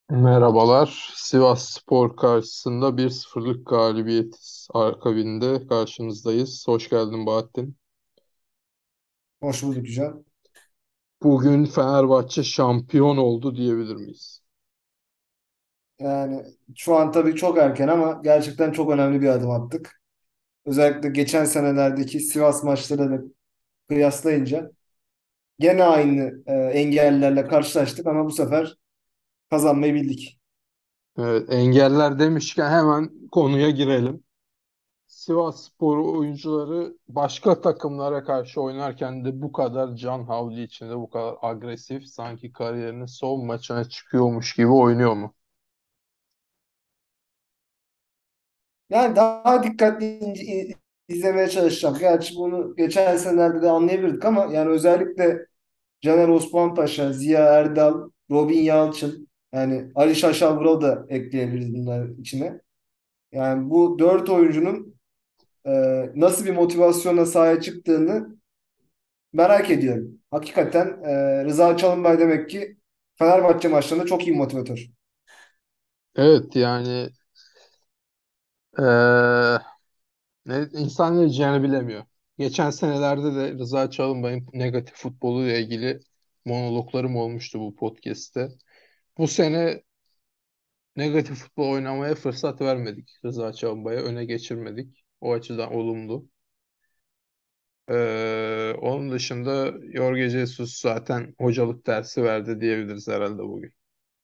Merhabalar. Sivasspor karşısında 1-0'lık galibiyet akabinde karşınızdayız. Hoş geldin Bahattin. Hoş bulduk hocam. Bugün Fenerbahçe şampiyon oldu diyebilir miyiz? Yani şu an tabii çok erken ama gerçekten çok önemli bir adım attık. Özellikle geçen senelerdeki Sivas maçlarıyla kıyaslayınca gene aynı engellerle karşılaştık ama bu sefer kazanmayı bildik. Evet, engeller demişken hemen konuya girelim. Sivasspor oyuncuları başka takımlara karşı oynarken de bu kadar can havli içinde, bu kadar agresif, sanki kariyerinin son maçına çıkıyormuş gibi oynuyor mu? Yani daha dikkatli izlemeye çalışacağım. Gerçi bunu geçen senelerde de anlayabilirdik ama yani özellikle Caner Osmanpaşa, Ziya Erdal, Robin Yalçın, yani Ali Şaşal Vural'ı da ekleyebiliriz bunlar içine. Yani bu dört oyuncunun nasıl bir motivasyona sahip çıktığını merak ediyorum. Hakikaten Rıza Çalınbay demek ki Fenerbahçe maçlarında çok iyi bir motivatör. Evet yani insan ne diyeceğini bilemiyor. Geçen senelerde de Rıza Çalınbay'ın negatif futboluyla ilgili monologlarım olmuştu bu podcast'te. Bu sene negatif futbol oynamaya fırsat vermedik Rıza Çalınbay'a, öne geçirmedik. O açıdan olumlu. Onun dışında Jorge Jesus zaten hocalık dersi verdi diyebiliriz herhalde bugün.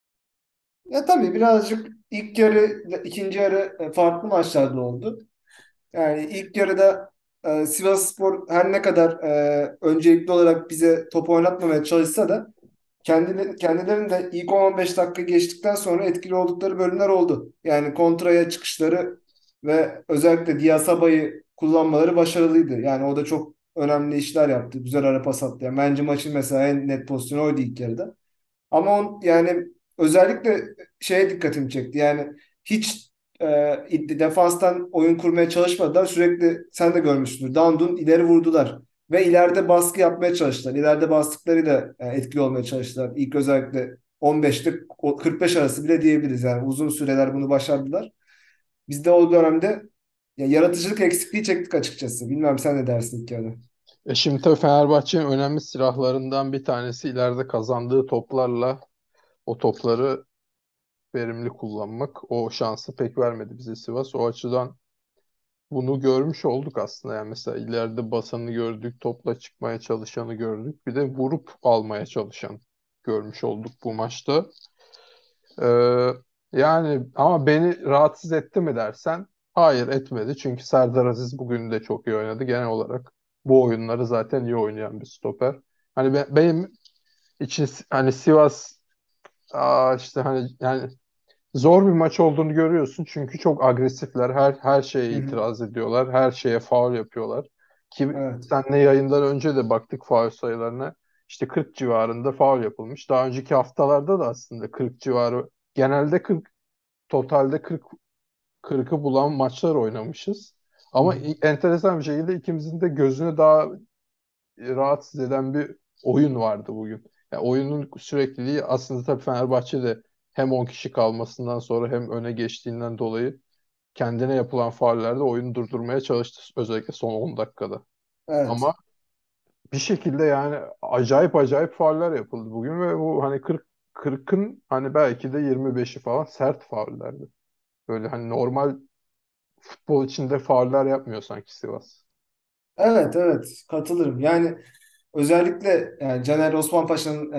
Ya tabii birazcık ilk yarı, ikinci yarı farklı maçlarda oldu. Yani ilk yarıda Sivasspor her ne kadar öncelikli olarak bize top oynatmamaya çalışsa da kendilerinin de ilk 10-15 dakika geçtikten sonra etkili oldukları bölümler oldu. Yani kontraya çıkışları ve özellikle Diasaba'yı kullanmaları başarılıydı. Yani o da çok önemli işler yaptı. Güzel ara pas attı. Yani bence maçın mesela en net pozisyonu oydu ilk yarıda. Ama yani özellikle şeye dikkatimi çekti. Yani hiç defanstan oyun kurmaya çalışmadılar. Sürekli sen de görmüşsündür. Dandun ileri vurdular. Ve ileride baskı yapmaya çalıştılar. İleride bastıklarıyla etkili olmaya çalıştılar. İlk özellikle 15'te 45 arası bile diyebiliriz. Yani uzun süreler bunu başardılar. Biz de o dönemde ya, yaratıcılık eksikliği çektik açıkçası. Bilmem sen ne dersin ilk yarı. Şimdi tabii Fenerbahçe'nin önemli silahlarından bir tanesi ileride kazandığı toplarla o topları verimli kullanmak. O şansı pek vermedi bize Sivas. O açıdan bunu görmüş olduk aslında. Yani mesela ileride basanı gördük, topla çıkmaya çalışanı gördük. Bir de vurup almaya çalışan görmüş olduk bu maçta. Ee, Yani ama beni rahatsız etti mi dersen, hayır etmedi. Çünkü Serdar Aziz bugün de çok iyi oynadı. Genel olarak bu oyunları zaten iyi oynayan bir stoper. Hani benim için hani Sivas, işte hani yani zor bir maç olduğunu görüyorsun çünkü çok agresifler. Her şeye Hı hı. itiraz ediyorlar. Her şeye faul yapıyorlar. Ki Evet. senle yayından önce de baktık faul sayılarına. İşte 40 civarında faul yapılmış. Daha önceki haftalarda da aslında 40 civarı, genelde 40, totalde 40'ı bulan maçlar oynamışız. Hı Ama hı. enteresan bir şekilde ikimizin de gözünü daha rahatsız eden bir oyun vardı bugün. Yani oyunun sürekliliği aslında, tabii Fenerbahçe'de hem 10 kişi kalmasından sonra hem öne geçtiğinden dolayı kendine yapılan faullerde oyunu durdurmaya çalıştı. Özellikle son 10 dakikada. Evet. Ama bir şekilde yani acayip acayip fauller yapıldı bugün ve bu hani 40'ın hani belki de 25'i falan sert faullerdi. Böyle hani normal futbol içinde fauller yapmıyor sanki Sivas. Evet, evet, katılırım. Yani özellikle yani Caner Osmanpaşa'nın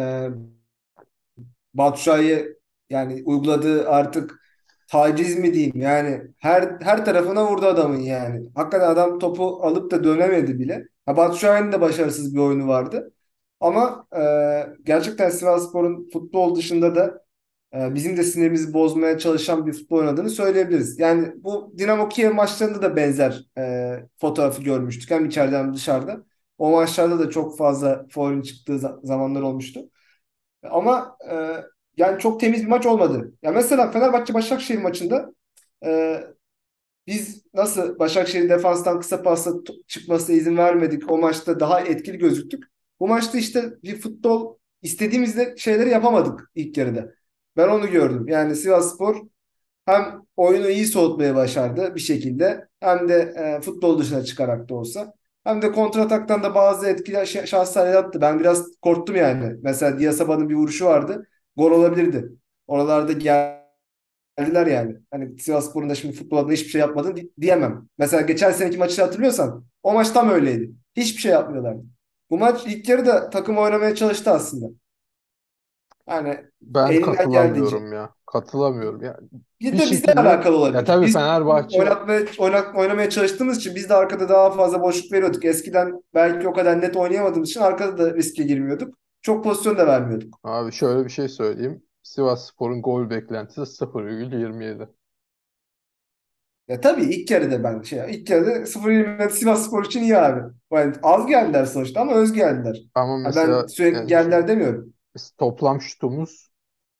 Batshuayi'ye yani uyguladığı artık taciz mi diyeyim, yani her tarafına vurdu adamın yani. Hakikaten adam topu alıp da dönemedi bile. Ha, Batshuayi'nin de başarısız bir oyunu vardı. Ama gerçekten Sivasspor'un futbol dışında da bizim de sinirimizi bozmaya çalışan bir futbol oynadığını söyleyebiliriz. Yani bu Dinamo Kiev maçlarında da benzer fotoğrafı görmüştük. Hem içeriden hem dışarıda. O maçlarda da çok fazla faulün çıktığı zamanlar olmuştu. Ama yani çok temiz bir maç olmadı. Ya mesela Fenerbahçe Başakşehir maçında e, biz nasıl Başakşehir'in defanstan kısa pasla çıkmasına izin vermedik. O maçta daha etkili gözüktük. Bu maçta işte bir futbol istediğimizde şeyleri yapamadık ilk yarıda. Ben onu gördüm. Yani Sivasspor hem oyunu iyi soğutmaya başardı bir şekilde, hem de futbol dışına çıkarak da olsa, hem de kontrataktan da bazı etkili şanslar yarattı. Ben biraz korktum yani. Mesela Diasaba'nın bir vuruşu vardı. Gol olabilirdi. Oralarda geldiler yani. Hani Sivasspor'un da şimdi futbol adına hiçbir şey yapmadığını diyemem. Mesela geçen seneki maçı hatırlıyorsan o maç tam öyleydi. Hiçbir şey yapmıyorlardı. Bu maç ilk yarıda takım oynamaya çalıştı aslında. Yani Ben elinden geldiğince. katılamıyorum ya. Katılamıyorum ya. Bir Bir de bizde şekilde alakalı ya olabilir. tabii Biz Fenerbahçe oynamaya çalıştığımız için biz de arkada daha fazla boşluk veriyorduk. Eskiden belki o kadar net oynayamadığımız için arkada da riske girmiyorduk. Çok pozisyon da vermiyorduk. abi şöyle bir şey söyleyeyim. Sivasspor'un gol beklentisi 0,27. Ya tabii ilk yarıda ben ilk yarıda 0-20 Sivasspor için iyi abi. Yani az geldiler sonuçta ama öz geldiler. Ama Ha, ben mesela sürekli yani şimdi geldiler demiyorum. biz toplam şutumuz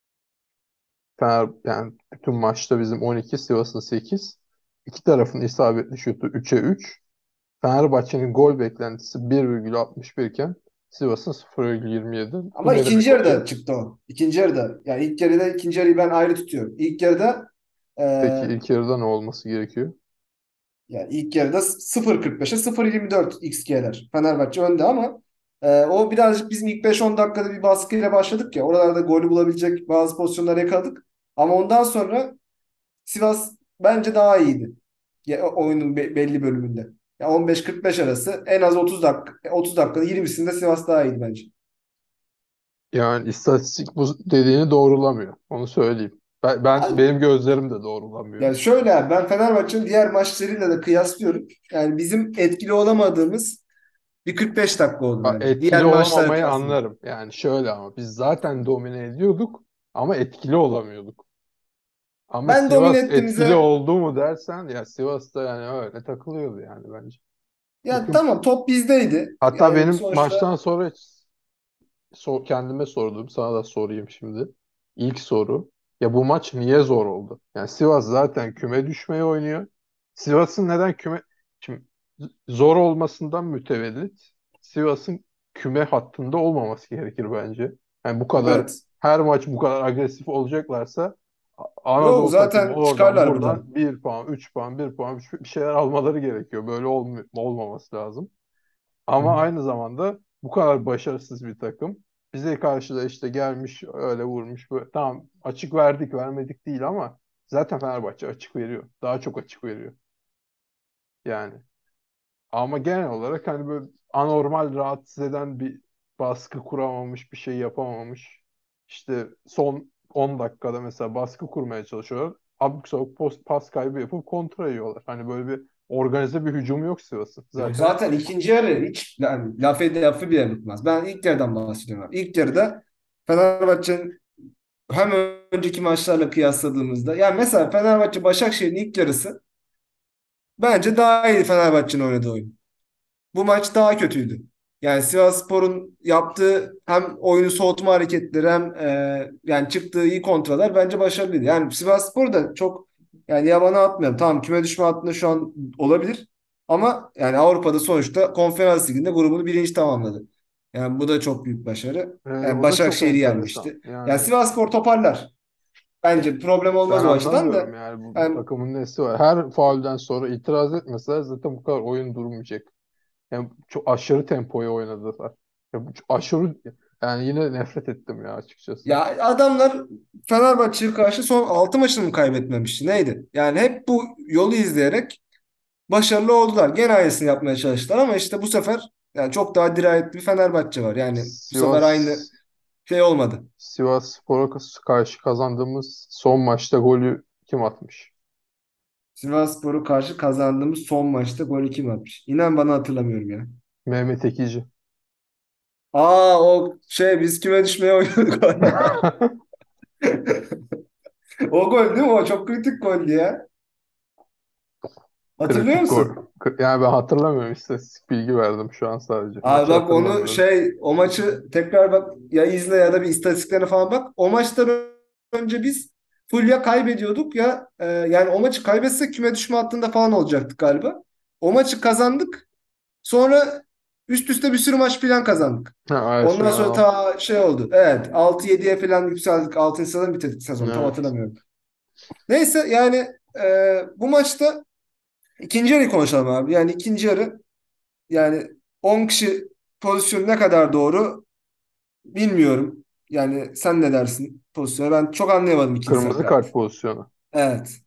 yani bütün maçta bizim 12, Sivas'ın 8. İki tarafın isabetli şutu 3'e 3. Fenerbahçe'nin gol beklentisi 1,61 iken Sivas'ın 0,27. Bu Ama ne ikinci demek oluyor? yarıda çıktı o. İkinci yarıda. Yani ilk yarıda ikinci yarıyı ben ayrı tutuyorum. İlk yarıda e, Peki ilk yarıda ne olması gerekiyor? Yani ilk yarıda 0.45'e 0.24 XG'ler. Fenerbahçe önde ama o birazcık bizim ilk 5-10 dakikada bir baskıyla başladık ya. Oralarda golü bulabilecek bazı pozisyonlar yakaladık. Ama ondan sonra Sivas bence daha iyiydi. Ya, oyunun belli bölümünde. Ya 15-45 arası en az 30 dakikada 20'sinde Sivas daha iyiydi bence. Yani istatistik bu dediğini doğrulamıyor. Onu söyleyeyim. Benim gözlerim de doğrulamıyor. Yani şöyle abi, ben Fenerbahçe'nin diğer maçlarıyla da kıyaslıyorum. Yani bizim etkili olamadığımız bir 45 dakika oldu bence. Etkili Diğer maçlara olamamayı kıyasla. anlarım. Yani şöyle ama biz zaten domine ediyorduk ama etkili olamıyorduk. Ama Ben domine Sivas etkili ettiğimize, oldu mu dersen ya Sivas'ta yani öyle takılıyordu yani bence. ya Hüküm. tamam, top bizdeydi. Hatta Yani benim maçtan sonuçta sonra kendime sordum. Sana da sorayım şimdi. İlk soru. Ya bu maç niye zor oldu? Yani Sivas zaten küme düşmeyi oynuyor. Sivas'ın neden küme... Şimdi zor olmasından mütevellit Sivas'ın küme hattında olmaması gerekir bence. Yani bu kadar evet. her maç bu kadar agresif olacaklarsa Yok, Anadolu takımı zaten oradan çıkarlar bir daha. buradan bir puan, 3 puan, bir puan bir şeyler almaları gerekiyor. Böyle olmaması lazım. Hı Ama hı. aynı zamanda bu kadar başarısız bir takım bize karşı da işte gelmiş öyle vurmuş. Böyle. Tamam açık verdik vermedik değil ama zaten Fenerbahçe açık veriyor. Daha çok açık veriyor. Yani. Ama genel olarak hani böyle anormal rahatsız eden bir baskı kuramamış, bir şey yapamamış. İşte son 10 dakikada mesela baskı kurmaya çalışıyorlar. Abuk sabuk pas kaybı yapıp kontra yiyorlar. Hani böyle bir organize bir hücum yok Sivas'ın. Yok, Zaten zaten ikinci yarı hiç yani lafı bile bitmez. Ben ilk yarıdan bahsediyorum abi. İlk yarıda Fenerbahçe'nin hem önceki maçlarla kıyasladığımızda, yani mesela Fenerbahçe Başakşehir'in ilk yarısı bence daha iyi Fenerbahçe'nin oynadığı oyun. Bu maç daha kötüydü. Yani Sivasspor'un yaptığı hem oyunu soğutma hareketleri hem yani çıktığı iyi kontralar bence başarılıydı. Yani Sivasspor da çok, yani yabana atmayalım. Tamam, küme düşme hattında şu an olabilir. Ama yani Avrupa'da sonuçta Konferans Ligi'nde grubunu birinci tamamladı. Yani bu da çok büyük başarı. Yani o da çok Başakşehir'i enteresan. yenmişti. Yani Yani Sivasspor toparlar. Bence problem ben olmaz o açıdan anlamıyorum da. yani bu Yani takımın nesi var. Her faulden sonra itiraz etmeseler zaten bu kadar oyun durmayacak. Yani çok aşırı tempoya oynadılar. Ya bu aşırı yani yine nefret ettim ya açıkçası. Ya adamlar Fenerbahçe'ye karşı son 6 maçını mı kaybetmemişti? Neydi? Yani hep bu yolu izleyerek başarılı oldular. Gene aynısını yapmaya çalıştılar ama işte bu sefer yani çok daha dirayetli bir Fenerbahçe var. Yani bu sefer aynı Sivas şey olmadı. Sivasspor'a karşı kazandığımız son maçta golü kim atmış? Sivasspor'u karşı kazandığımız son maçta golü kim atmış? İnan bana hatırlamıyorum ya. Mehmet Ekici. O şey, biz küme düşmeye oynuyorduk orada. O gol değil mi? O çok kritik goldü ya. Hatırlıyor Kritik gol. musun? Yani ben hatırlamıyorum. İstatistik bilgi verdim şu an sadece. Abi Maçı bak, onu hatırlamıyorum. o maçı tekrar bak ya, izle ya da bir istatistiklerine falan bak. O maçtan önce biz full ya kaybediyorduk ya yani o maçı kaybetsek küme düşme hattında falan olacaktık galiba. O maçı kazandık. Sonra üst üste bir sürü maç falan kazandık. Ha, Aysun Ondan sonra Yanal. ta şey oldu. Evet, 6-7'ye falan yükseldik. 6. sıradan bitirdik sezon. Tam Evet. hatırlamıyorum. Neyse yani bu maçta ikinci yarıyı konuşalım abi. Yani ikinci yarı, yani 10 kişi pozisyonu ne kadar doğru bilmiyorum. Yani sen ne dersin pozisyona? Ben çok anlayamadım ikinci sarı Kırmızı kart. kart pozisyonu. Evet.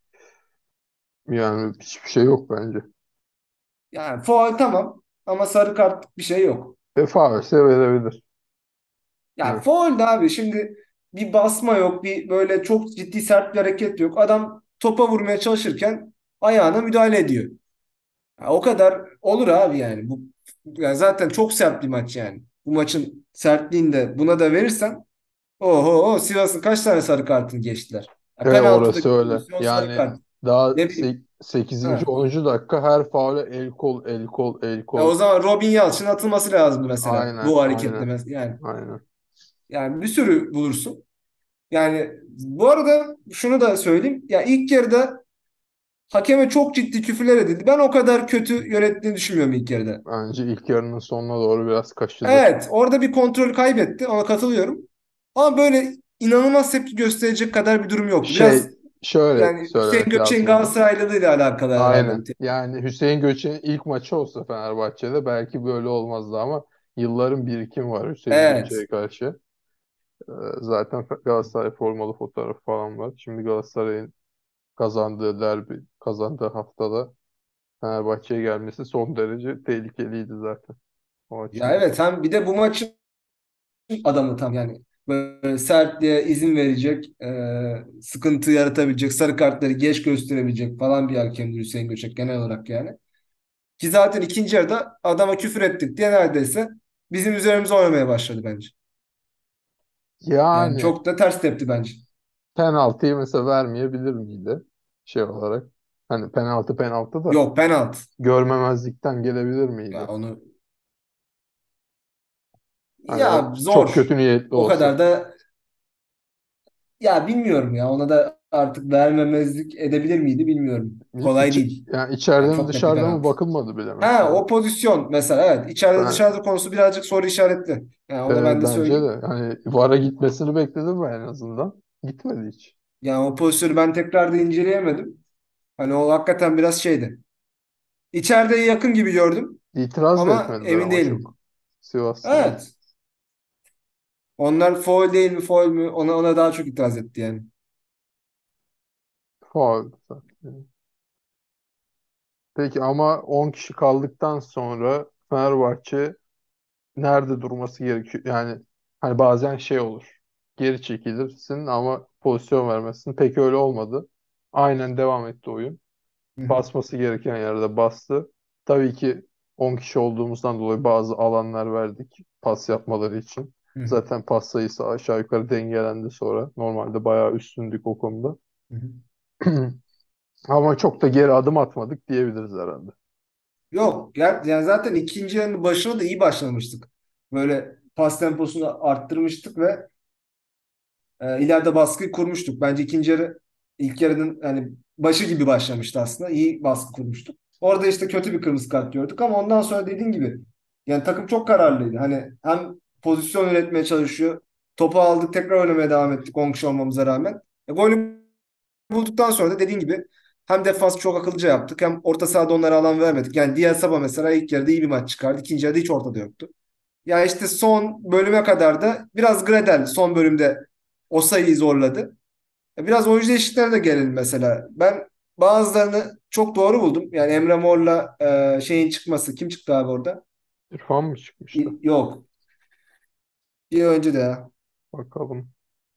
Yani hiçbir şey yok bence. Yani faul tamam ama sarı kart bir şey yok. Faul ise verebilir. Yani Evet. faul de abi, şimdi bir basma yok, bir böyle çok ciddi sert bir hareket yok. Adam topa vurmaya çalışırken ayağına müdahale ediyor. Ya o kadar olur abi yani. Bu yani zaten çok sert bir maç yani. Bu maçın sertliğinde buna da verirsen, oho, Sivas'ın kaç tane sarı kartını geçtiler. Ya Orası penaltıdaki öyle. pozisyon sarı Yani kart. daha Ne bileyim. sekizinci Ha. 10. dakika her faule el kol, el kol, el Ya kol. o zaman Robin Yalçın'ın atılması lazımdı mesela. Aynen, Bu hareketle aynen, yani. aynen. Yani bir sürü bulursun. Yani bu arada şunu da söyleyeyim. Ya ilk yarıda hakeme çok ciddi küfürler edildi. Ben o kadar kötü yönettiğini düşünmüyorum ilk yarıda. Bence ilk yarının sonuna doğru biraz kaşıdı. Evet, orada bir kontrol kaybetti. Ona katılıyorum. Ama böyle inanılmaz tepki gösterecek kadar bir durum yoktu. Biraz Şey, şöyle yani Hüseyin söylemek Göçek'in lazım onu. Galatasaraylılığıyla alakalı herhalde bu Aynen. tepki. Yani Hüseyin Göçek'in ilk maçı olsa Fenerbahçe'de belki böyle olmazdı ama yılların birikimi var Hüseyin Evet. Göçek'e karşı. Zaten Galatasaray formalı fotoğrafı falan var. Şimdi Galatasaray'ın kazandığı derbi, kazandığı haftada Fenerbahçe'ye gelmesi son derece tehlikeliydi zaten o Ya açıdan. evet, hem bir de bu maçın adamı tam yani. Böyle sertliğe izin verecek, sıkıntı yaratabilecek, sarı kartları geç gösterebilecek falan bir hakemdi Hüseyin Göçek genel olarak yani. Ki zaten ikinci yarıda adama küfür ettik diye neredeyse bizim üzerimize oynamaya başladı bence. Yani Yani çok da ters tepti bence. penaltıyı mesela vermeyebilir miydi şey olarak? Hani penaltı penaltı da Yok, penaltı. görmemezlikten gelebilir Ya miydi? onu, Hani o ya çok zor. kötü niyetli O olsa. kadar da, ya bilmiyorum ya, ona da artık vermemezlik edebilir miydi bilmiyorum. Kolay değil. Yani Yani içeriden mi çok net bir dışarıdan mı penaltı. bakılmadı bile Ha, mesela. o pozisyon mesela, evet, içeride Ben, dışarıda konusu birazcık soru işaretli. Yani onu ben de bence söyleyeyim. de hani VAR'a gitmesini bekledim ben en azından. Gitmedi hiç. Yani o pozisyonu ben tekrar da inceleyemedim. Hani o hakikaten biraz şeydi. İçeride yakın gibi gördüm İtiraz da ama etmediler emin ama çok. değilim. Sivaslılar. Evet. Onlar foul değil mi foul mü, ona daha çok itiraz etti yani. Faul zaten. Peki ama 10 kişi kaldıktan sonra Fenerbahçe nerede durması gerekiyor? Yani hani bazen şey olur. Geri çekilirsin ama pozisyon vermezsin. Pek öyle olmadı. Aynen devam etti oyun. Hı hı, Basması gereken yerde bastı. Tabii ki 10 kişi olduğumuzdan dolayı bazı alanlar verdik pas yapmaları için. hı hı, Zaten pas sayısı aşağı yukarı dengelendi sonra. Normalde bayağı üstündük o konuda. hı hı. Ama çok da geri adım atmadık diyebiliriz herhalde. Yok yani zaten ikinci yarının başına da iyi başlamıştık. Böyle pas temposunu arttırmıştık ve ileride baskıyı kurmuştuk. Bence ikinci yarı ilk yarının yani başı gibi başlamıştı aslında. İyi baskı kurmuştuk. Orada işte kötü bir kırmızı kart gördük ama ondan sonra dediğin gibi yani takım çok kararlıydı. Hani hem pozisyon üretmeye çalışıyor. Topu aldık, tekrar oynamaya devam ettik 10 kişi olmamıza rağmen. Golü bulduktan sonra da dediğin gibi hem defans çok akıllıca yaptık, hem orta sahada onlara alan vermedik. Yani Diaz Saba mesela ilk yarıda iyi bir maç çıkardı. İkinci yarıda hiç ortada yoktu. Ya işte son bölüme kadar da biraz Gradel son bölümde o sayıyı zorladı. Biraz oyuncu değişikliklerine de gelelim mesela. Ben bazılarını çok doğru buldum. Yani Emre Mor'la şeyin çıkması. Kim çıktı abi orada? İrfan mı çıkmıştı? Yok. Bir önce de ya. Bakalım.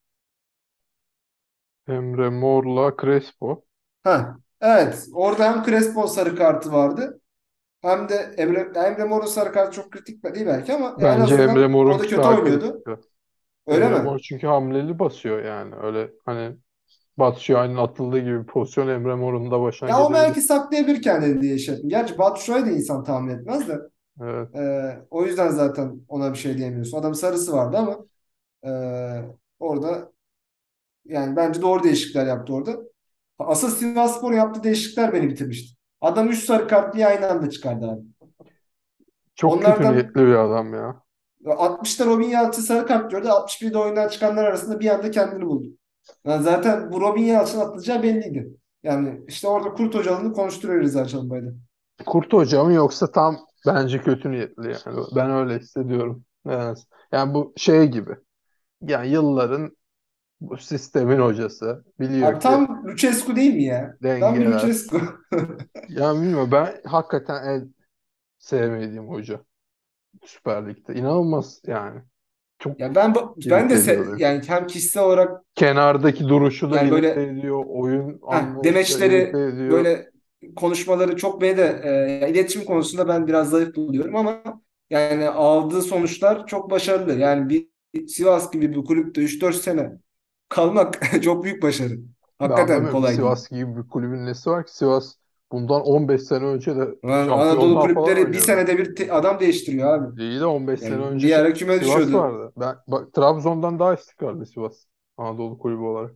Emre Mor'la Crespo. Ha, evet. Orada hem Crespo sarı kartı vardı, hem de Emre Mor'un sarı kartı çok kritik değil belki ama en Bence Emre azından o da Mor'unki kötü daha kritik. oynuyordu. Öyle Emre mi? Mor çünkü hamleli basıyor yani. Öyle hani Batshuayi'nin atıldığı gibi bir pozisyon Emre Mor'un da başına Ya o gelebilir. belki saklayabilir kendini diye şey ettim. Gerçi Batu Şua'yı da insan tahmin etmez de. Evet. O yüzden zaten ona bir şey diyemiyorsun. Adamın sarısı vardı ama e, orada yani bence doğru değişiklikler yaptı orada. Asıl Sivasspor yaptığı değişiklikler beni bitirmişti. Adam 3 sarı kartlıyı aynı anda çıkardı abi. Çok kötü Onlardan niyetli bir adam ya. 60'ta Robin Yalçın sarı kart gördü. 61'de oyundan çıkanlar arasında bir anda kendini buldu. Yani zaten bu Robin Yalçın atılacağı belliydi. Yani işte orada Kurt Hocalı'nı konuşturuyor Rıza Çalınbay'da. Kurt Hoca mı yoksa tam bence kötü niyetli yani. Ben öyle hissediyorum. Evet. Yani bu şey gibi. Yani yılların bu sistemin hocası. Biliyor Abi ki tam Lucescu değil mi ya? Tam bir dengeler. Lucescu. Ya bilmiyorum, ben hakikaten en sevmediğim hoca Süper Lig'de. İnanılmaz yani. Çok Ya ben kilit de ediyordu. yani hem kişisel olarak Kenardaki duruşu da yani irite böyle ediyor. Oyun anlayışı da irite demeçleri ediyor. böyle konuşmaları çok beni de iletişim konusunda ben biraz zayıf buluyorum ama yani aldığı sonuçlar çok başarılı. Yani bir Sivas gibi bir kulüpte 3-4 sene kalmak çok büyük başarı. Ben Hakikaten anlamıyorum. kolay değil. Sivas gibi bir kulübün nesi var ki? Sivas bundan 15 sene önce de Anadolu şampiyonluğa falan kulüpleri bir oynuyordu. senede bir adam değiştiriyor abi. İyi de 15 sene Yani önce bir ara küme Sivas düşüyordu. vardı. Ben bak, Trabzon'dan daha istikrarlı Sivas. Anadolu kulübü olarak.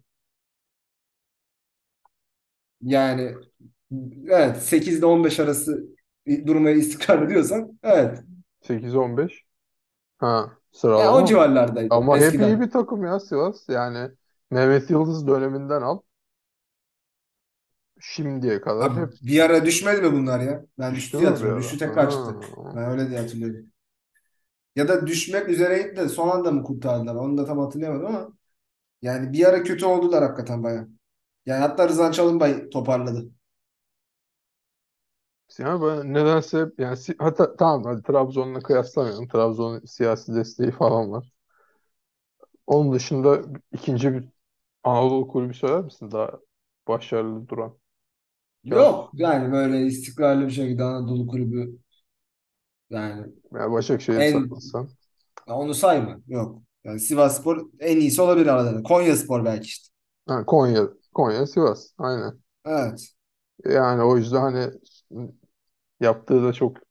Yani evet 8 ile 15 arası durmaya istikrar ediyorsan evet. 8-15. Ha, Ya o sıralama mı? civarlardaydı Ama hep iyi eskiden. bir takım ya Sivas. Yani Mehmet Yıldız döneminden al. Şimdiye kadar Abi hep bir ara düşmedi mi bunlar ya? Ben düştü düştü diye mü bir hatırlıyorum. ara? Düştü tekrar çıktı. Ha. Ben öyle diye hatırlıyorum. Ya da düşmek üzereydi de son anda mı kurtardılar? Onu da tam hatırlayamadım ama yani bir ara kötü oldular hakikaten baya. Yani hatta Rıza Çalınbay toparladı. Yani ben nedense yani hatta tamam, hadi Trabzon'la kıyaslamıyorum. Trabzon'un siyasi desteği falan var. Onun dışında ikinci bir Anadolu kulübü söyler misin daha başarılı duran? Yok yani böyle istikrarlı bir şekilde Anadolu kulübü yani Yani Başakşehir'i en saymazsan. onu sayma. Yok. Yani Sivasspor en iyisi olabilir aralarında. Konyaspor belki işte. Ha, Konya, Sivas. Aynen. Evet. Yani o yüzden hani yaptığı da çok,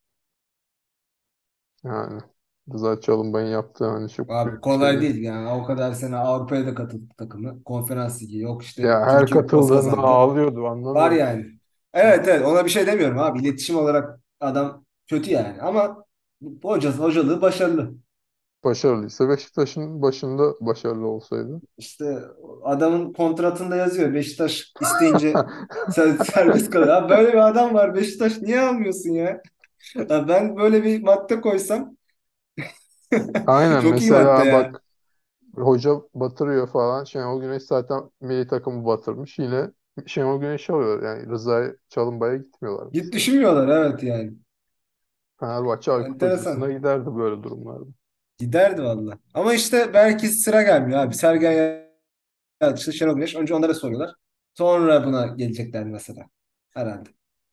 yani Rıza Çalınbay'ın yaptığı hani çok Abi büyük bir şey kolay değil. değil yani. O kadar sene Avrupa'ya da katıldı takımı. Konferans Ligi yok işte Ya her Türkiye Kupası katıldığında kazandı. ağlıyordu, Var anlamıyorum. yani. Evet evet ona bir şey demiyorum abi. İletişim olarak adam kötü yani. Ama hocalığı başarılı. Başarılıysa Beşiktaş'ın başında başarılı olsaydı. İşte adamın kontratında yazıyor. Beşiktaş isteyince serbest kalıyor. Abi böyle bir adam var. Beşiktaş niye almıyorsun ya? Ya ben böyle bir madde koysam Aynen, çok iyi madde mesela ya. bak, hoca batırıyor falan. Şenol Güneş zaten milli takımı batırmış. Yine Şenol Güneş alıyor. Yani Rıza Çalınbay'a gitmiyorlar Git mesela. düşünmüyorlar evet yani. Fenerbahçe Aykut Hoca'sına Enteresan. giderdi böyle durumlarda. Giderdi valla. Ama işte belki sıra gelmiyor abi. Sergen Yalçın, Şenol Güneş. Önce onlara soruyorlar. Sonra buna gelecekler mesela. Herhalde.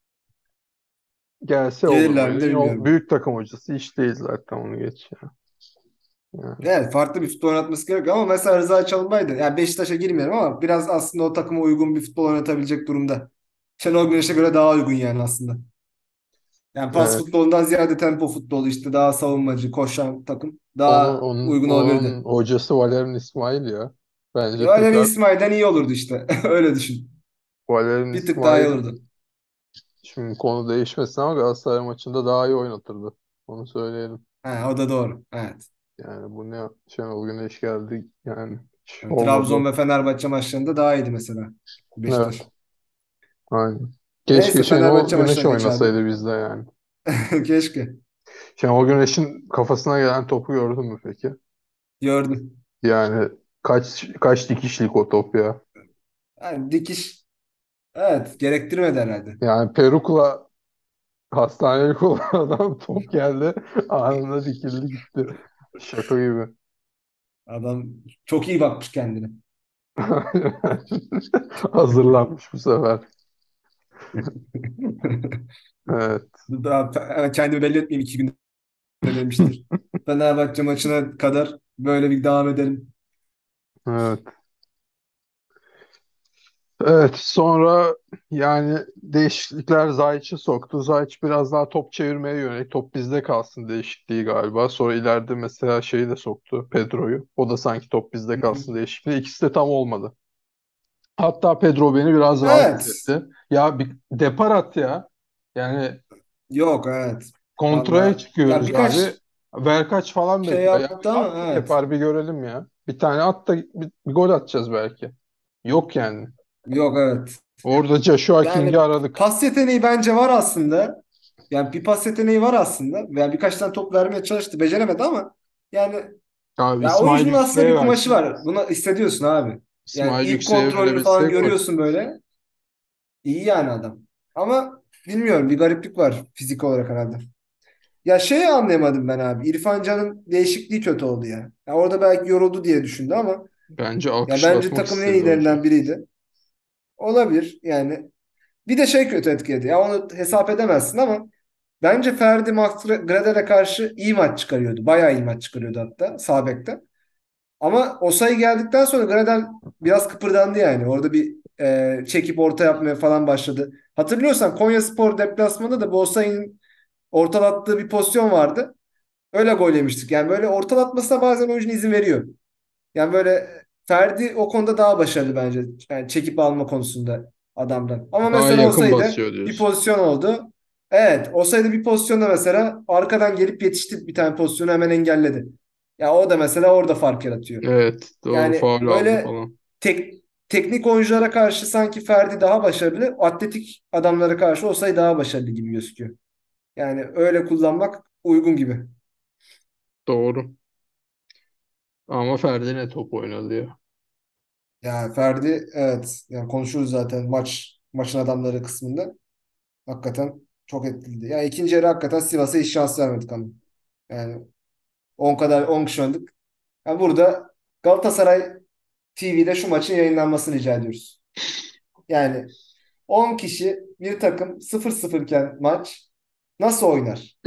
Gelse olur Gelirler mi muydu? de Yine o bilmiyorum. büyük takım hocası hiç değil zaten, onu geç ya. Yani, Evet farklı bir futbol oynatması gerekiyor ama mesela Rıza Çalınbay da yani Beşiktaş'a girmeyelim ama biraz aslında o takıma uygun bir futbol oynatabilecek durumda. Şenol Güneş'e göre daha uygun yani aslında. Yani pas evet. futbolundan ziyade tempo futbolu işte daha savunmacı, koşan takım Onun, daha onun, uygun onun olabilirdi. hocası Valerian İsmail ya. Bence Öyle tekrar İsmail'den iyi olurdu işte. Öyle düşün. Valerian Bir tık daha iyi İsmail, olurdu. şimdi konu değişmesin ama Galatasaray maçında daha iyi oynatırdı. Onu söyleyelim. Ha, o da doğru. Evet. Yani bu ne, Şenol Güneş geldi yani hiç Yani olmadı. Trabzon ve Fenerbahçe maçlarında daha iyiydi mesela Evet, Beşiktaş. aynen. Keşke Neyse Şenol Fenerbahçe Güneş maçına geç abi. oynasaydı bizde yani. Keşke. Şenol Güneş'in kafasına gelen topu gördün mü peki? Gördüm. Yani kaç dikişlik o top ya. Yani dikiş evet gerektirmedi herhalde. Yani perukla hastanelik olan adam, top geldi anında dikildi gitti. Şaka gibi. Adam çok iyi bakmış kendine. Hazırlanmış bu sefer. Evet. Daha kendimi belli etmeyeyim 2 günde demiştir. Fenerbahçe maçına kadar böyle bir devam edelim. Evet. Evet, sonra yani değişiklikler Zayic'i soktu. Zayich biraz daha top çevirmeye yönelik, top bizde kalsın değişikliği galiba. Sonra ileride mesela şeyi de soktu, Pedro'yu. O da sanki top bizde Hı hı. kalsın değişikliği. İkisi de tam olmadı. Hatta Pedro beni biraz rahatsız Evet. etti. Ya bir depar at ya. Yani Yok evet. kontraya Valla ya çıkıyoruz abi. birkaç Verkaç falan şey bekliyor. Ya yaptı bir ama at da evet. tepar bir görelim ya. Bir tane at da bir gol atacağız belki. Yok yani. Yok, evet. Orada Joshua King'i Yani aradık. pas yeteneği bence var aslında. Yani bir pas yeteneği var aslında. Yani birkaç tane top vermeye çalıştı. Beceremedi ama yani Abi ya İsmail oyuncunun aslında Yüksek'e bir kumaşı versin. var. Bunu hissediyorsun abi. Yani İsmail ilk Yüksek'e kontrolünü falan verebilsek gol. görüyorsun böyle. İyi yani adam. Ama bilmiyorum, bir gariplik var fizik olarak herhalde. Ya şeyi anlayamadım ben abi. İrfan Can'ın değişikliği kötü oldu ya. Ya orada belki yoruldu diye düşündü ama Bence ya bence alkışlatmak takımın en istedi hoca. iyilerinden biriydi. Olabilir yani. Bir de şey kötü etkiledi. Ya onu hesap edemezsin ama bence Ferdi Max Gradel'e karşı iyi maç çıkarıyordu. Bayağı iyi maç çıkarıyordu hatta sağ bekte. Ama Osayi geldikten sonra Gradel biraz kıpırdandı yani. Orada bir çekip orta yapmaya falan başladı. Hatırlıyorsan Konyaspor deplasmanında da bu Osayi'nin ortalattığı bir pozisyon vardı. Öyle gol yemiştik. Yani böyle ortalatmasına bazen oyuncunun izin veriyor. Yani böyle Ferdi o konuda daha başarılı bence. Yani çekip alma konusunda adamdan. Ama Daha mesela yakın olsaydı basıyor bir diyorsun. pozisyon oldu. Evet, olsaydı bir pozisyonda mesela arkadan gelip yetişti, bir tane pozisyonu hemen engelledi. Ya o da mesela orada fark yaratıyor. Evet, doğru, Yani faul aldı böyle falan. tek, teknik oyunculara karşı sanki Ferdi daha başarılı, atletik adamlara karşı olsaydı daha başarılı gibi gözüküyor. Yani öyle kullanmak uygun gibi. Doğru. Ama Ferdi ne top oynadı ya. Ya Ferdi, evet, yani konuşuruz zaten maçın adamları kısmında. Hakikaten çok etkiliydi. Yani ikinci yarı hakikaten Sivas'a hiç şans vermedik ama. Yani 10 kişi oynadık. Yani burada Galatasaray TV'de şu maçın yayınlanmasını rica ediyoruz. Yani 10 kişi bir takım 0-0 iken maç nasıl oynar?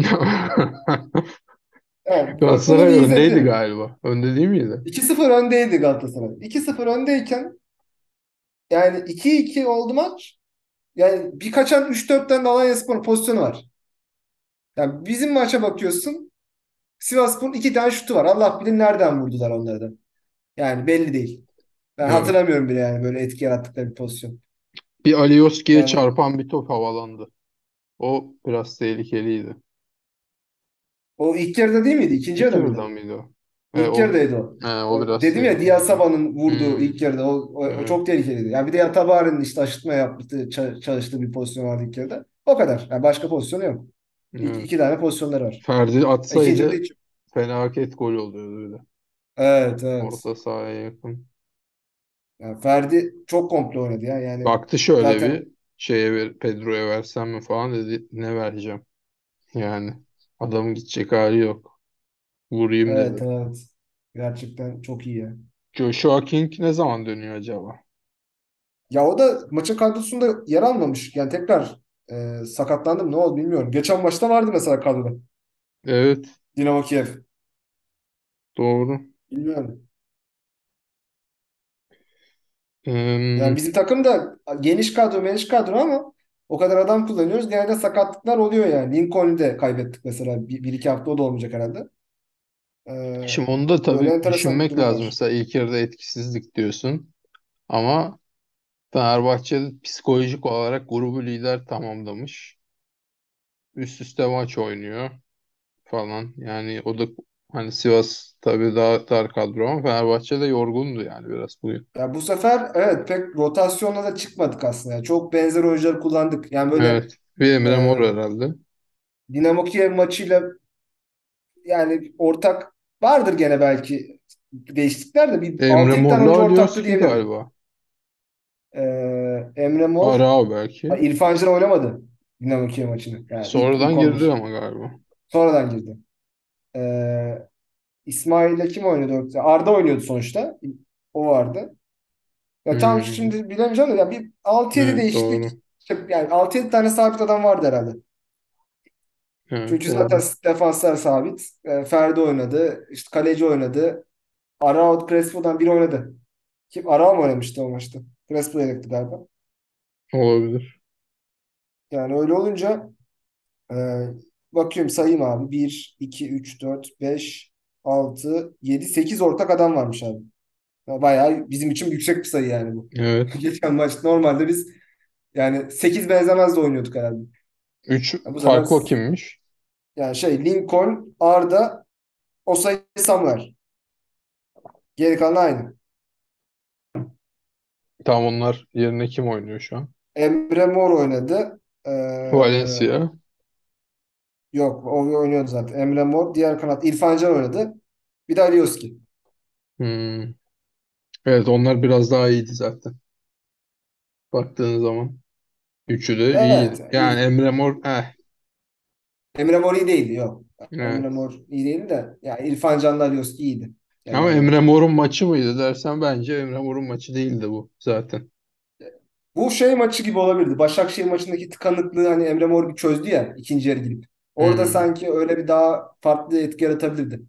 Evet, bunu Galatasaray bir öndeydi izletin. galiba. Önde değil miydi? 2-0 öndeydi Galatasaray. 2-0 öndeyken yani 2-2 oldu maç. Yani bir kaçan 3-4 tane de Alanyaspor pozisyonu var. Yani bizim maça bakıyorsun. Sivasspor'un 2 tane şutu var. Allah bilir nereden vurdular onları da. Yani belli değil. Ben Evet. hatırlamıyorum bile yani böyle etki yarattıkları bir pozisyon. Bir Alioski'ye Yani çarpan bir top havalandı. O biraz tehlikeliydi. o ilk yarıda değil miydi? İkinci İlk yarıda yarıdan mıydı? mıydı o? İlk yarıdaydı o. O biraz Dedim ya, tehlikeliydi. Diasaba'nın vurduğu Hmm, ilk yarıda o evet, çok tehlikeliydi. Yani bir de Yatabare'nin işte aşırtma yaptığı, çalıştığı bir pozisyon vardı ilk yarıda. O kadar. Yani başka pozisyonu yok. İki evet. tane pozisyonları var. Ferdi İkinci yarıda atsaydı hiç yok. felaket gol oluyordu öyle. Evet, evet. Orta sahaya yakın. Yani Ferdi çok komple oynadı ya. Yani Baktı şöyle bir zaten Pedro'ya versem mi falan dedi. Ne vereceğim? Yani adamın gidecek hali yok. Vurayım evet, dedi. evet. Gerçekten çok iyi ya. Joshua King ne zaman dönüyor acaba? Ya o da maçın kadrosunda yer almamış. Yani tekrar sakatlandı mı ne oldu bilmiyorum. Geçen maçta vardı mesela kadroda. Evet, Dinamo Kiev. doğru. Bilmiyorum. Yani Ee, bizim takım da geniş kadro ama o kadar adam kullanıyoruz. Genelde sakatlıklar oluyor yani. Lincoln'u de kaybettik mesela. Bir iki hafta o da olmayacak herhalde. E, Şimdi onu da Böyle tabii enteresan bir düşünmek durum lazım. var. Mesela ilk yarıda etkisizlik diyorsun. Ama Fenerbahçe psikolojik olarak grubu lider tamamlamış. Üst üste maç oynuyor falan. Yani o da hani Sivas tabii daha dar kadro ama Fenerbahçe de yorgundu yani biraz bugün. Ya bu sefer evet pek rotasyonla da çıkmadık aslında. Yani çok benzer oyuncuları kullandık. Yani böyle Evet. Bir Emre Mor e, herhalde. Dinamo Kiev maçıyla yani ortak vardır gene belki değişiklikler de bir Emre 6-7 tane Mor'la oyuncu ortaktı Alioski diyebilirim. galiba. Emre Mor, Arao belki. İrfan Can oynamadı Dinamo Kiev maçını. Yani ilk Sonradan girdi 11. ama galiba. Sonradan girdi. İsmail'le kim oynuyordu? Arda oynuyordu sonuçta. O vardı. Ya tam Hmm, şimdi bilemeyeceğim de ya bir 6-7 evet, doğru. değişiklik, işte yani 6-7 tane sabit adam vardı herhalde. Evet, Çünkü zaten doğru. defanslar sabit. Ferdi oynadı. İşte kaleci oynadı. Arao Crespo'dan biri oynadı. Kim? Arao mu oynamıştı o maçta? Crespo yedekti galiba. Olabilir. Yani öyle olunca e, bakıyorum sayayım abi. Bir 2 3 4 5 6 7 8 ortak adam varmış abi. Ya bayağı bizim için yüksek bir sayı yani bu. Evet. Geçen maç normalde biz yani 8 benzemez de oynuyorduk herhalde. 3 Ya bu sefer farklı kimmiş? Yani Lincoln, Arda, Osayi, Samuel. Geri kalan aynı. Tam onlar yerine kim oynuyor şu an? Emre Mor oynadı. Valencia. Yok, o oynuyordu zaten. Emre Mor. Diğer kanat İrfan Can oynadı. Bir de Alioski. Hmm. Evet, onlar biraz daha iyiydi zaten. Baktığın zaman. Üçü de Evet. iyi. Yani Emre Mor Emre Mor iyi değildi. Yok. Emre evet. Mor iyi değildi de. Yani İrfan Can'la Alioski iyiydi. Genel Ama olarak. Emre Mor'un maçı mıydı dersen bence Emre Mor'un maçı değildi bu zaten. Bu maçı gibi olabilirdi. Başakşehir maçındaki tıkanıklığı hani Emre Mor bir çözdü ya ikinci yarı girip. Orada Hmm. sanki öyle bir daha farklı etki yaratabilirdi.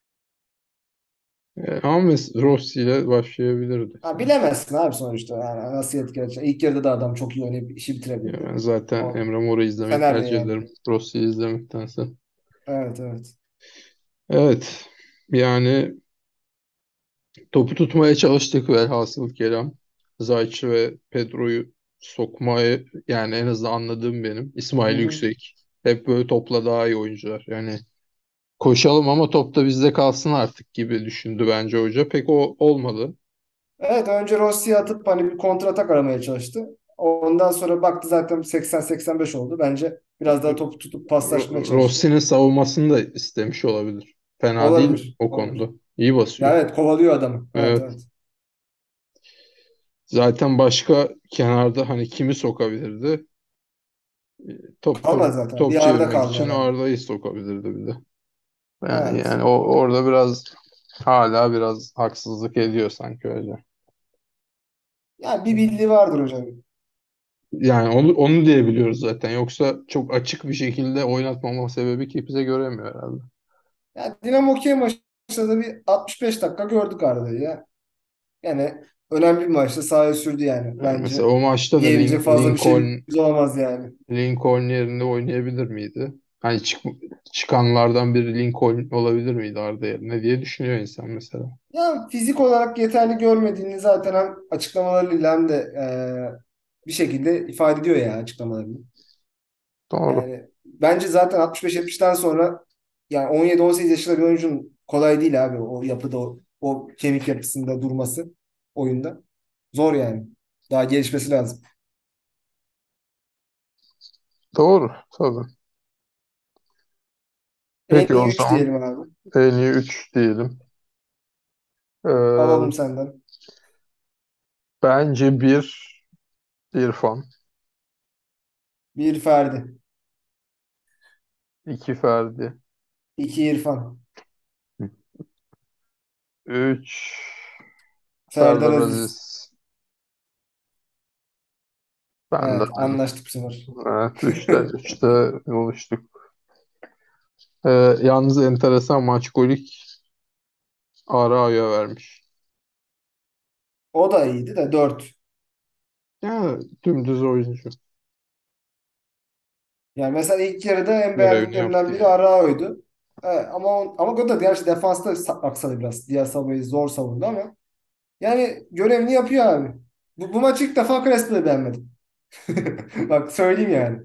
Ama Rossi ile başlayabilirdi Ha, sanki. bilemezsin abi sonuçta. Yani nasıl etki yaratacak. İlk yarıda da adam çok iyi oynayıp işi Ya bitirebildi. ben zaten O Emre Mor'u izlemeyi Fener'de tercih yani. ederim. Rossi'yi izlemektense. Evet, evet. Evet. Yani topu tutmaya çalıştık velhasıl kelam. Zayç ve Pedro'yu sokmayı, yani en azından anladığım benim. Hı İsmail hı. Yüksek. Hep böyle topla daha iyi oyuncular. Yani koşalım ama top da bizde kalsın artık gibi düşündü bence hoca. Pek o olmadı. Evet, önce Rossi'yi atıp hani bir kontratak aramaya çalıştı. Ondan sonra baktı zaten 80-85 oldu. Bence biraz daha topu tutup paslaşmaya çalıştı. Rossi'nin savunmasını da istemiş olabilir. Fena değil Olabilir. o konuda. Olabilir. İyi Ya basıyor. evet, kovalıyor adamı. Evet, Evet. evet. Zaten başka kenarda hani kimi sokabilirdi? Kalmadı zaten. Top Bir arada çevirmek kaldı için herhalde. Arda'yı sokabilirdi bir de. Yani Evet. orada biraz hala biraz haksızlık ediyor sanki öyle. Yani bir bildiği vardır hocam. Yani onu diyebiliyoruz zaten. Yoksa çok açık bir şekilde oynatmama sebebi kimse göremiyor herhalde. Yani Dinamo Kiev maçında da bir 65 dakika gördük Arda'yı ya. Yani önemli bir maçta sahaya sürdü yani. Yani mesela Bence o maçta da diyebilecek fazla bir şeyimiz olamaz yani. Lincoln yerinde oynayabilir miydi? Hani çıkanlardan biri Lincoln olabilir miydi Arda yerine diye düşünüyor insan mesela. Ya fizik olarak yeterli görmediğini zaten hem açıklamalarıyla hem de bir şekilde ifade ediyor ya açıklamalarını. Doğru. Yani bence zaten 65-70'ten sonra yani 17-18 yaşında bir oyuncunun kolay değil abi o yapıda o kemik yapısında durması oyunda. Zor yani. Daha gelişmesi lazım. Doğru. Tabii. En Peki iyi o 3 zaman diyelim abi. en iyi 3 diyelim. Alalım Ee, senden. bence bir İrfan, Bir Ferdi. 2 Ferdi, 2 İrfan. 3 Serdar Serdar Aziz. Aziz. Ben de Evet, aynı. anlaştık bu sefer. Evet, üçte buluştuk. Yalnız enteresan Maçkolik Arao'ya vermiş. O da iyiydi de 4. Ya dümdüz oyuncu. Yani mesela ilk yarıda en Görevini beğendiklerimden yaptı biri yani. Arao'ydu. Evet, ama Goda gerçi defansta aksadı biraz. Diğer Sabah'ı zor savundu ama yani görevini yapıyor abi. Bu maç ilk defa Crespo'yu beğenmedim. Bak söyleyeyim yani.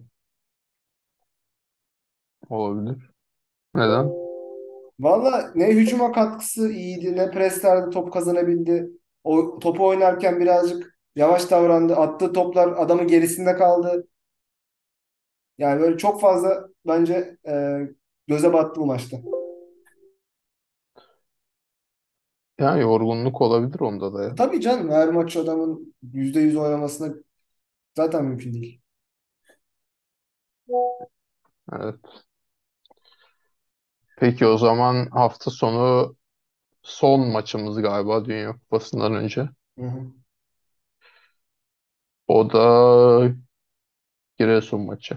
Olabilir. Neden? Valla ne hücuma katkısı iyiydi ne preslerde top kazanabildi. O topu oynarken birazcık yavaş davrandı. Attığı toplar adamın gerisinde kaldı. Yani böyle çok fazla bence göze battı bu maçta. Yani yorgunluk olabilir onda da ya. Tabii canım, her maç adamın %100 oynamasına zaten mümkün değil. Evet. Peki o zaman hafta sonu son maçımız galiba Dünya Kupası'ndan önce. Hı hı. O da Giresun maçı.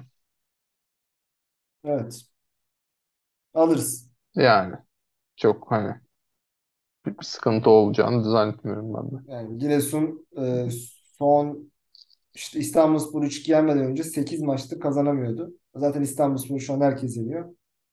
Evet. Alırız. Yani çok hani bir sıkıntı olacağını zannetmiyorum ben de. Yani Giresun son işte İstanbulspor 3-2 yenmeden önce 8 maçtır kazanamıyordu. Zaten İstanbulspor şu an herkes yeniyor.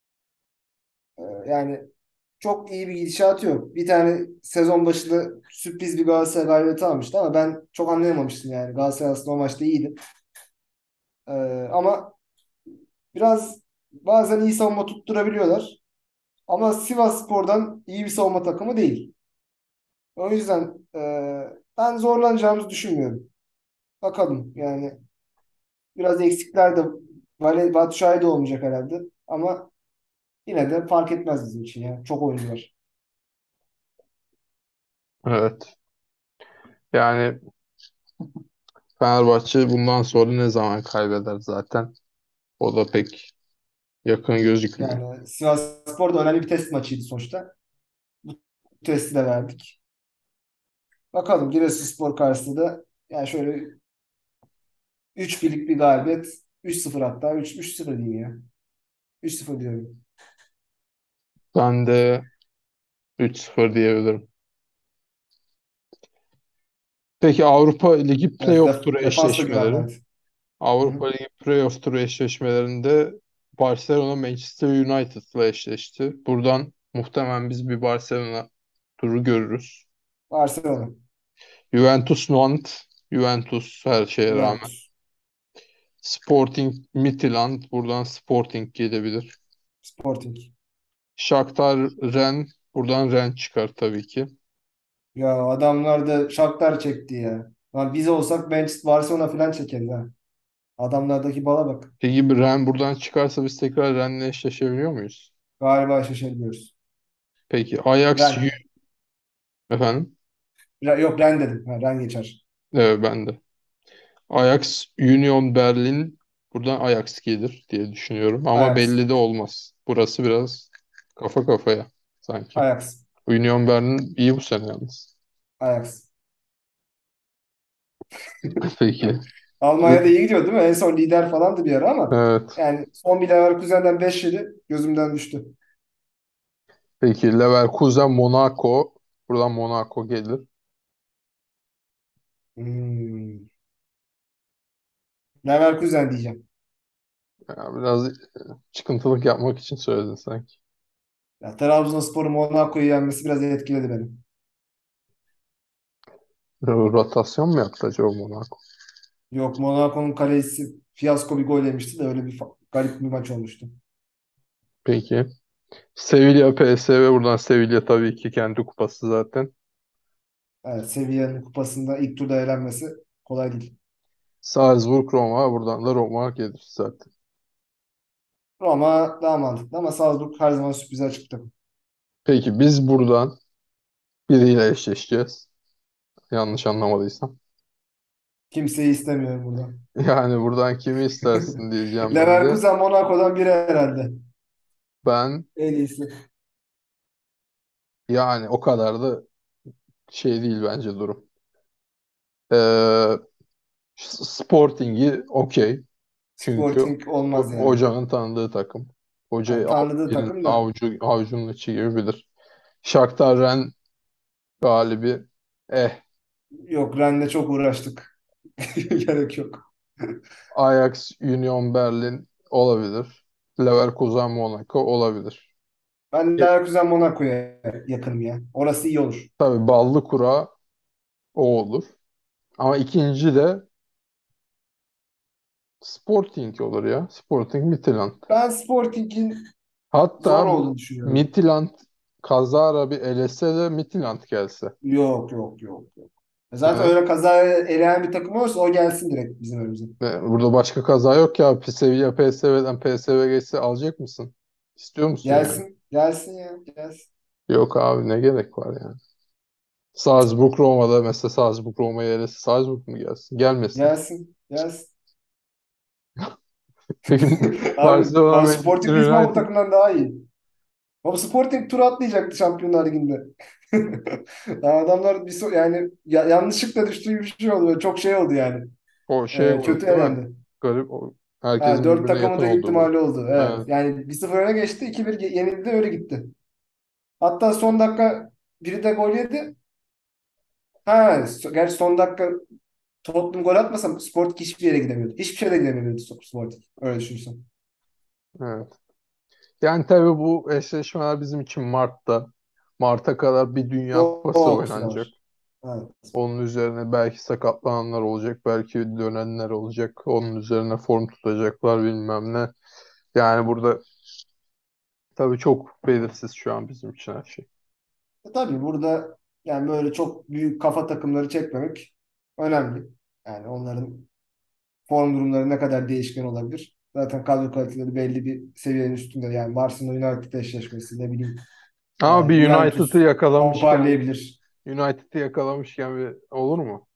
Yani çok iyi bir gidişatı yok. Bir tane sezon başında sürpriz bir Galatasaray galibiyeti almıştı ama ben çok anlayamamıştım yani. Galatasaray aslında o maçta iyiydi. Ama biraz bazen iyi savunma tutturabiliyorlar. Ama Sivasspor'dan iyi bir savunma takımı değil. O yüzden ben zorlanacağımızı düşünmüyorum. Bakalım yani biraz eksikler de Batu Şahin de olmayacak herhalde. Ama yine de fark etmez bizim için ya. Çok oyuncu var. Evet. Yani Fenerbahçe bundan sonra ne zaman kaybeder zaten? O da pek yakın gözükmüyor. Yani Sivasspor da önemli bir test maçıydı sonuçta. Bu testi de verdik. Bakalım Giresunspor karşısında da yani şöyle 3-1'lik bir galibiyet. 3-0 hatta. 3-0 diyeyim ya. 3-0 diyorum. Ben de 3-0 diyebilirim. Peki Avrupa Ligi Evet, playoff turu defans da güven eşleşmeleri. verdi. Hı Avrupa hı. Ligi playoff turu eşleşmelerinde Barcelona Manchester United'la eşleşti. Buradan muhtemelen biz bir Barcelona turu görürüz. Barcelona. Juventus Nantes. Juventus her şeye rağmen. Juventus. Sporting Midtjylland. Buradan Sporting gelebilir. Sporting. Shakhtar Rennes. Buradan Rennes çıkar tabii ki. Ya adamlar da Shakhtar çekti ya. Lan biz olsak Manchester Barcelona falan çekeriz ha. Adamlardaki bala bak. Peki bir Rennes buradan çıkarsa biz tekrar Rennes'le eşleşebiliyor muyuz? Galiba şaşırıyoruz. Peki Ajax Ren. efendim? Yok Ren dedim. Ha, Ren geçer. Evet ben de. Ajax Union Berlin buradan Ajax gelir diye düşünüyorum ama Ajax. belli de olmaz. Burası biraz kafa kafaya sanki. Ajax. Union Berlin iyi bu sene yalnız. Ajax. Peki. Almanya'da iyi gidiyor değil mi? En son lider falandı bir ara ama Evet. yani son bir Leverkusen'den 5 yedi gözümden düştü. Peki Leverkusen Monaco. Buradan Monaco gelir. Hmm. Leverkusen diyeceğim. Ya biraz çıkıntılık yapmak için söyledin sanki. Ya, Trabzonspor'un Monaco'yu yenmesi biraz etkiledi beni. Rotasyon mu yaptı acaba Monaco? Yok Monaco'nun kalecisi fiyasko bir gol yemişti de öyle bir garip bir maç olmuştu. Peki. Sevilla PSV buradan Sevilla tabii ki kendi kupası zaten. Evet, Sevilla'nın kupasında ilk turda elenmesi kolay değil. Salzburg Roma buradan da Roma gelir zaten. Roma daha mantıklı ama Salzburg her zaman sürprize açık takım. Peki biz buradan biriyle eşleşeceğiz. Yanlış anlamadıysam. Kimseyi istemiyorum burada. Yani buradan kimi istersin diyeceğim ben de. Leverkusen Monaco'dan biri herhalde. Ben En iyisi. yani o kadar da şey değil bence durum. Ee, Sporting'i okey. Çünkü Sporting olmaz yani. hocanın tanıdığı takım. Yani Hocayı tanıdığı birinin takım da avucunun içi gibi bilir. Shakhtar Rennes galibi. Eh. yok Rennes'le çok uğraştık. Gerek yok. Ajax Union Berlin olabilir. Leverkusen Monaco olabilir. Ben E, Leverkusen Monaco'ya yakınım ya. Orası iyi olur. tabii ballı kura o olur. Ama ikinci de Sporting olur ya. Sporting Midtjylland. Ben Sporting'in zor Hatta olduğunu düşünüyorum. Midtjylland kazara bir elese de Midtjylland gelse. Yok yok yok yok. Zaten Neden? öyle kazaya eleyen bir takım olursa o gelsin direkt bizim önümüze. Burada başka kaza yok ya. Sevilla PSV'den PSV geçse alacak mısın? İstiyor musun yani? Gelsin. Gelsin ya. Gelsin. Yok abi ne gerek var yani. Salzburg Roma'da mesela Salzburg Roma'ya elese Salzburg mu gelsin? Gelmesin. Gelsin. Gelsin. Peki Abi Barcelona Manchester Sporting Lisbon bu United takımdan daha iyi. Ama Sporting tur atlayacaktı Şampiyonlar Ligi'nde. Ya adamlar yani yanlışlıkla düştüğü bir şey oldu. Böyle çok şey oldu yani. o şey Kötü oldu değil mi? elendi. Garip. Ha, Herkesin dört birbirine takımın yakın da olduğu bir. ihtimali oldu. Evet. Evet. Yani 1-0 öne geçti. 2-1 yenildi öyle gitti. Hatta son dakika biri de gol yedi. Ha, gerçi son dakika Tottenham gol atmasa Sporting hiçbir yere gidemiyordu. Hiçbir şeye de gidemiyordu Sporting. Öyle düşünürsen. Evet. Yani tabii bu eşleşmeler bizim için Mart'ta. Mart'a kadar bir Dünya Kupası Çok süre oynanacak. var. Evet. Onun üzerine belki sakatlananlar olacak, belki dönenler olacak. Onun üzerine form tutacaklar bilmem ne. Yani burada tabii çok belirsiz şu an bizim için her şey. Tabii burada yani böyle çok büyük kafa takımları çekmemek önemli. Yani onların form durumları ne kadar değişken olabilir. Zaten kadro kaliteleri belli bir seviyenin üstünde. Yani Barcelona United eşleşmesi ne bileyim Ama bir United'ı Juventus yakalamışken toparlayabilir. United'ı yakalamışken bir olur mu?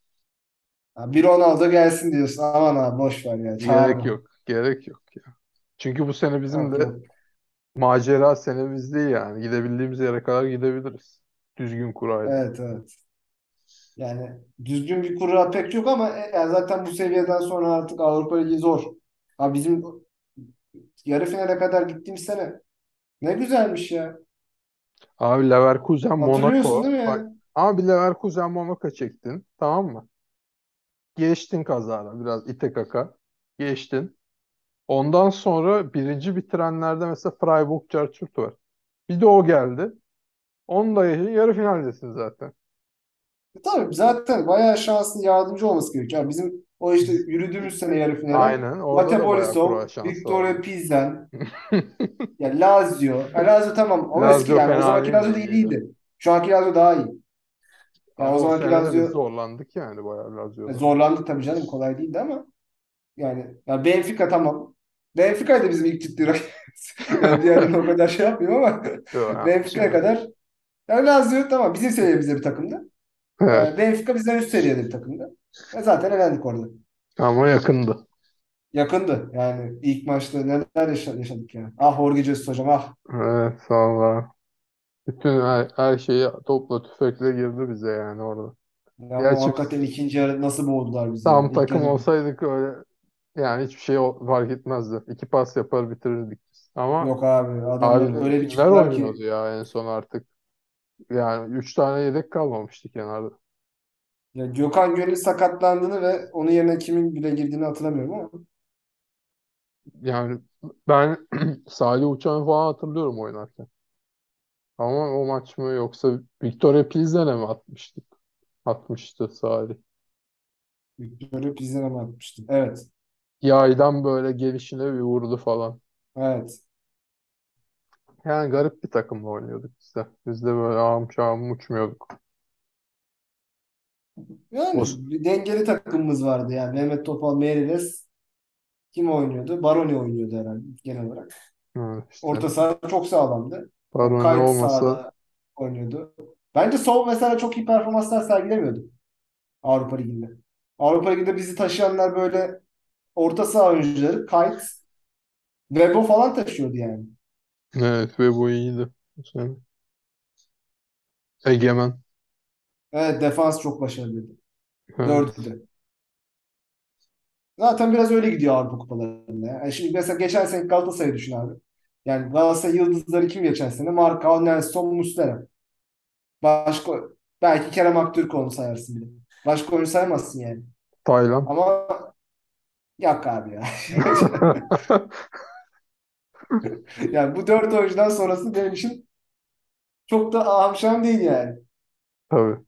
Ha, bir Ronaldo gelsin diyorsun. Aman abi boş ver ya Gerek çağırma. yok. Gerek yok ya. Çünkü bu sene bizim Yok de yok. macera senemiz değil yani. Gidebildiğimiz yere kadar gidebiliriz. Düzgün kurayla. Evet evet. Yani düzgün bir kura pek yok ama yani zaten bu seviyeden sonra artık Avrupa Ligi zor. Abi bizim yarı finale kadar gittiğimiz sene ne güzelmiş ya. Abi Leverkusen Hatırlıyorsun Monaco. değil mi Bak, ya? abi Leverkusen Monaco çektin. Tamam mı? Geçtin kazara biraz ite kaka. Geçtin. Ondan sonra birinci bitirenlerde mesela Freiburg Carchurt var. Bir de o geldi. Onu da yarı finaldesin zaten. Tabii zaten bayağı şanslı yardımcı olması gerekiyor. Yani bizim o işte yürüdüğümüz sene yarı finale Aynen. Orada Bate da bayağı Borisov, kura şansı Victoria vardı. Pilsen, ya Lazio. Ya Lazio tamam o eski Lazio yani o fena zamanki değildi Lazio da iyiydi. iyiydi. Şu anki Lazio daha iyi. Yani Ama o o zamanki sene de biz Lazio zorlandık yani bayağı Lazio'da. zorlandı tabii canım kolay değildi ama yani ya Benfica tamam. Benfica'ydı bizim ilk ciddi rakibimiz. Yani diğerlerini o kadar şey yapmıyorum ama Yok, ha, Benfica'ya şimdi. kadar yani Lazio tamam bizim seviyemizde bir takımdı. Evet. Benfica bizden üst seviyede bir takımdı. Ve zaten elendik orada. Ama yakındı. Yakındı. Yani ilk maçta neler yaşadık yani. Ah Jorge Jesus hocam ah. Evet valla. Bütün her şeyi topla tüfekle girdi bize yani orada. Ama Gerçi hakikaten biz ikinci yarı nasıl boğdular bizi ya. tam İlk takım yarı olsaydık öyle yani hiçbir şey fark etmezdi. İki pas yapar bitirirdik biz. Ama yok abi. abi Adamlar öyle bir kimler çıktılar oynuyordu ki. ya en son artık. Yani üç tane yedek kalmamıştı kenarda. Ya Gökhan Gönül sakatlandığını ve onun yerine kimin bile girdiğini hatırlamıyorum ama. Yani ben Salih Uçan'ı falan hatırlıyorum oynarken. Ama o maç mı yoksa Victoria Pilsen'e mi atmıştık? Atmıştı Salih. Görüp izlemem atmıştım. Evet. Yaydan böyle gelişine bir vurdu falan. Evet. Yani garip bir takımla oynuyorduk biz de. Biz de böyle ağım şahım uçmuyorduk. O, Yani bir dengeli takımımız vardı yani. Mehmet Topal, Meriles kim oynuyordu? Baroni oynuyordu herhalde genel olarak. ha, işte Orta saha çok sağlamdı. Baroni Kayıt olmasa sahada oynuyordu. Bence Sol mesela çok iyi performanslar sergilemiyordu Avrupa Ligi'nde. Avrupa Ligi'nde bizi taşıyanlar böyle orta saha oyuncuları. Kayıt, Vebo falan taşıyordu yani. evet ve bu iyiydi. Yani Egemen. Evet defans çok başarılıydı. Dördü Evet. de. Zaten biraz öyle gidiyor Avrupa kupalarında ya. Yani şimdi mesela geçen sene Galatasaray'ı düşün abi. Yani Galatasaray yıldızları kim geçen sene? Marka, Nelson, Muslera. Başka belki Kerem Aktürkoğlu sayarsın bile. Başka oyuncu saymazsın yani. Taylan. Ama yok abi ya. Yani bu dört oyuncudan sonrası benim için çok da ahım değil yani. Tabii.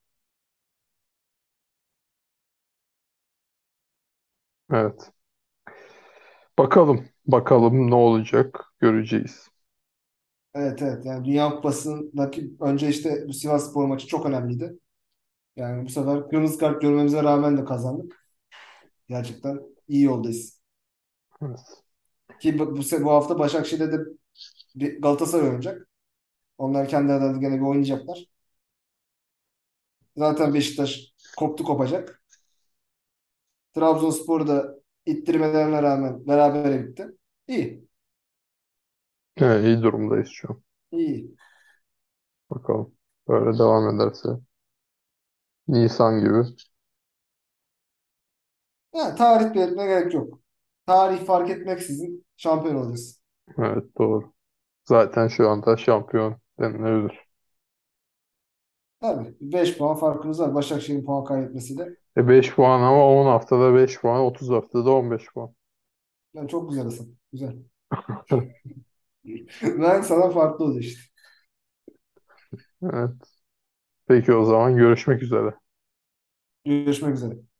Evet. Bakalım. Bakalım ne olacak. Göreceğiz. Evet evet yani Dünya Kupası'ndaki önce işte bu Sivasspor maçı çok önemliydi. Yani bu sefer kırmızı kart görmemize rağmen de kazandık. Gerçekten iyi yoldayız. Evet. Ki bu hafta Başakşehir'de de bir Galatasaray oynayacak. Onlar kendi aralarında gene bir oynayacaklar. Zaten Beşiktaş koptu kopacak. Trabzonspor da ittirmelerine rağmen berabere bitti. İyi. Evet, iyi durumdayız şu an. İyi. Bakalım. Böyle devam ederse. Nisan gibi. Yani tarih belirtmeye gerek yok. Tarih fark etmeksizin şampiyon olacağız. Evet doğru. Zaten şu anda şampiyon denilebilir. Tabii 5 puan farkımız var Başakşehir'in puan kaybetmesiyle. 5 puan ama 10 haftada 5 puan, 30 haftada 15 puan. Yani çok güzel Hasan. Güzel. Ben sana farklı oldu işte. Evet. Peki o zaman görüşmek üzere. Görüşmek üzere.